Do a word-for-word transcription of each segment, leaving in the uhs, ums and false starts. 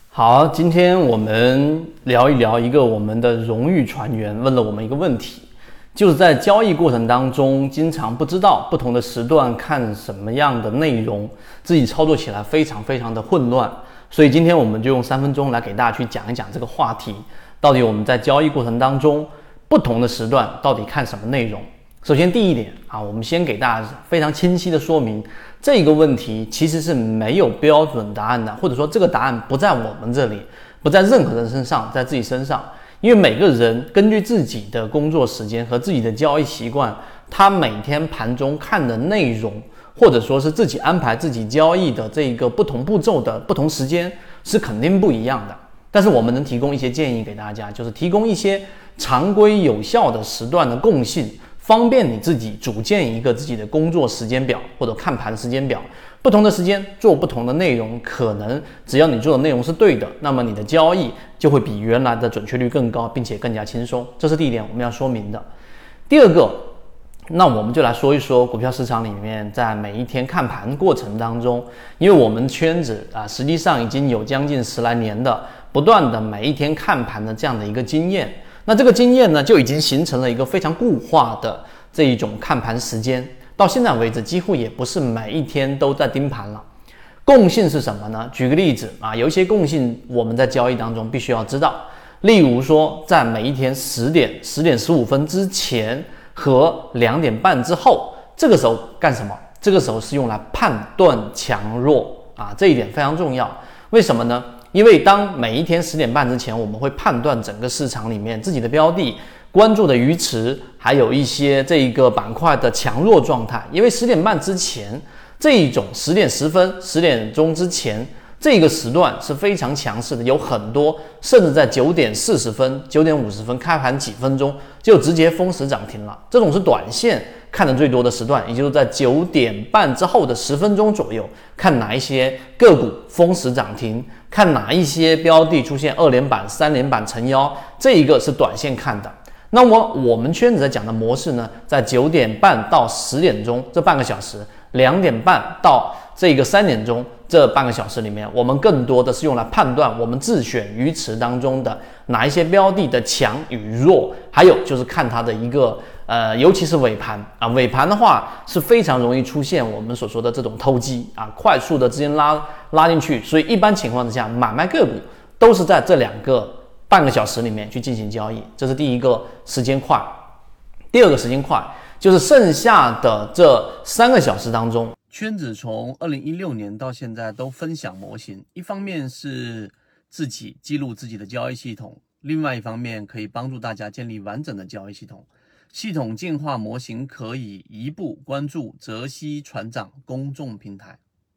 好，今天我们聊一聊一个我们的荣誉船员问了我们一个问题，就是在交易过程当中，经常不知道不同的时段看什么样的内容，自己操作起来非常非常的混乱。所以今天我们就用三分钟来给大家去讲一讲这个话题，到底我们在交易过程当中不同的时段到底看什么内容。首先第一点啊，我们先给大家非常清晰的说明，这个问题其实是没有标准答案的，或者说这个答案不在我们这里，不在任何人身上，在自己身上。因为每个人根据自己的工作时间和自己的交易习惯，他每天盘中看的内容，或者说是自己安排自己交易的这个不同步骤的不同时间是肯定不一样的。但是我们能提供一些建议给大家，就是提供一些常规有效的时段的共性，方便你自己组建一个自己的工作时间表或者看盘时间表，不同的时间做不同的内容，可能只要你做的内容是对的，那么你的交易就会比原来的准确率更高，并且更加轻松。这是第一点我们要说明的。第二个，那我们就来说一说股票市场里面在每一天看盘过程当中，因为我们圈子啊，实际上已经有将近十来年的不断的每一天看盘的这样的一个经验。那这个经验呢，就已经形成了一个非常固化的这一种看盘时间，到现在为止几乎也不是每一天都在盯盘了。共性是什么呢？举个例子啊，有一些共性我们在交易当中必须要知道，例如说在每一天十点、十点十五分之前和两点半之后，这个时候干什么？这个时候是用来判断强弱啊，这一点非常重要。为什么呢？因为当每一天十点半之前，我们会判断整个市场里面自己的标的、关注的鱼池，还有一些这一个板块的强弱状态。因为十点半之前这一种十点十分、十点钟之前这个时段是非常强势的，有很多甚至在九点四十分、九点五十分开盘几分钟就直接封死涨停了。这种是短线看的最多的时段，也就是在九点半之后的十分钟左右，看哪一些个股封死涨停，看哪一些标的出现二连板、三连板成妖，这一个是短线看的。那么我们圈子在讲的模式呢，在九点半到十点钟这半个小时，两点半到这个三点钟这半个小时里面，我们更多的是用来判断我们自选鱼池当中的哪一些标的的强与弱，还有就是看它的一个呃，尤其是尾盘啊，尾盘的话是非常容易出现我们所说的这种偷鸡啊，快速的资金拉拉进去，所以一般情况之下，买卖个股都是在这两个半个小时里面去进行交易，这是第一个时间块。第二个时间块就是剩下的这三个小时当中，圈子从二零一六年到现在都分享模型，一方面是自己记录自己的交易系统，另外一方面可以帮助大家建立完整的交易系统。系统进化模型可以一步关注泽西船长公众平台。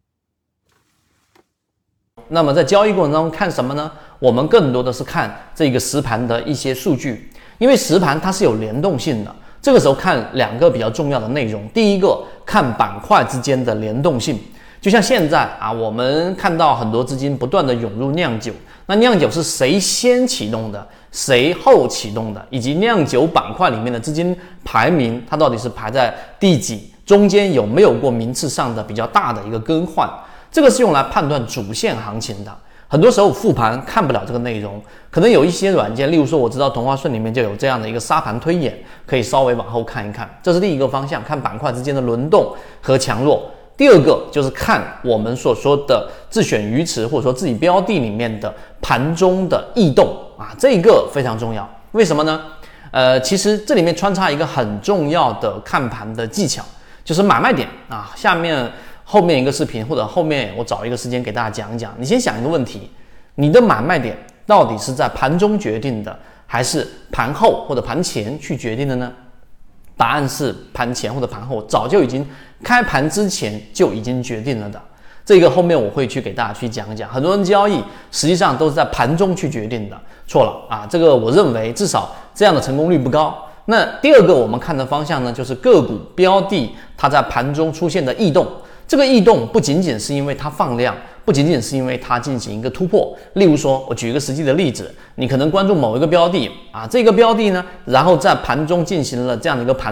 那么在交易过程当中看什么呢？我们更多的是看这个实盘的一些数据，因为实盘它是有联动性的。这个时候看两个比较重要的内容，第一个看板块之间的联动性，就像现在啊，我们看到很多资金不断的涌入酿酒，那酿酒是谁先启动的，谁后启动的，以及酿酒板块里面的资金排名，它到底是排在第几，中间有没有过名次上的比较大的一个更换，这个是用来判断主线行情的。很多时候复盘看不了这个内容，可能有一些软件，例如说我知道同花顺里面就有这样的一个沙盘推演，可以稍微往后看一看，这是第一个方向，看板块之间的轮动和强弱。第二个就是看我们所说的自选鱼池或者说自己标的里面的盘中的异动啊，这个非常重要。为什么呢？呃，其实这里面穿插一个很重要的看盘的技巧，就是买卖点啊。下面后面一个视频或者后面我找一个时间给大家讲一讲。你先想一个问题，你的买卖点到底是在盘中决定的，还是盘后或者盘前去决定的呢？答案是盘前或者盘后，早就已经开盘之前就已经决定了的。这个后面我会去给大家去讲一讲。很多人交易实际上都是在盘中去决定的，错了啊！这个我认为至少这样的成功率不高。那第二个我们看的方向呢，就是个股标的它在盘中出现的异动。这个异动不仅仅是因为它放量，不仅仅是因为它进行一个突破。例如说，我举一个实际的例子，你可能关注某一个标的啊，这个标的呢，然后在盘中进行了这样的一个盘整，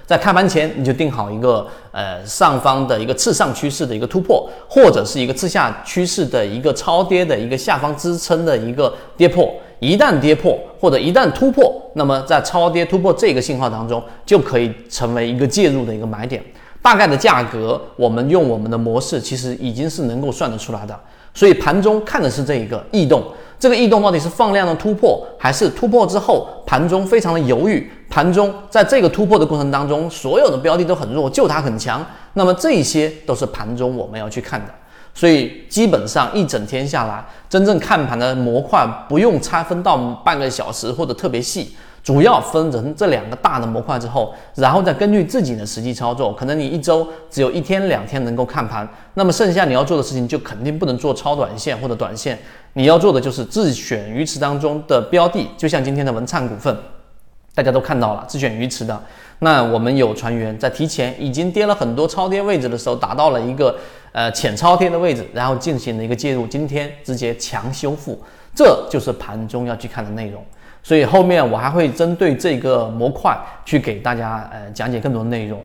在开盘前你就定好一个呃上方的一个次上趋势的一个突破，或者是一个次下趋势的一个超跌的一个下方支撑的一个跌破。一旦跌破或者一旦突破，那么在超跌突破这个信号当中，就可以成为一个介入的一个买点。大概的价格，我们用我们的模式其实已经是能够算得出来的。所以盘中看的是这一个异动，这个异动到底是放量的突破，还是突破之后盘中非常的犹豫，盘中在这个突破的过程当中，所有的标的都很弱，就它很强，那么这些都是盘中我们要去看的。所以基本上一整天下来，真正看盘的模块不用拆分到半个小时或者特别细，主要分成这两个大的模块之后，然后再根据自己的实际操作，可能你一周只有一天两天能够看盘，那么剩下你要做的事情就肯定不能做超短线或者短线，你要做的就是自选鱼池当中的标的，就像今天的文灿股份，大家都看到了自选鱼池的。那我们有船员在提前已经跌了很多超跌位置的时候，达到了一个呃浅超跌的位置，然后进行了一个介入，今天直接强修复，这就是盘中要去看的内容。所以后面我还会针对这个模块去给大家呃讲解更多的内容。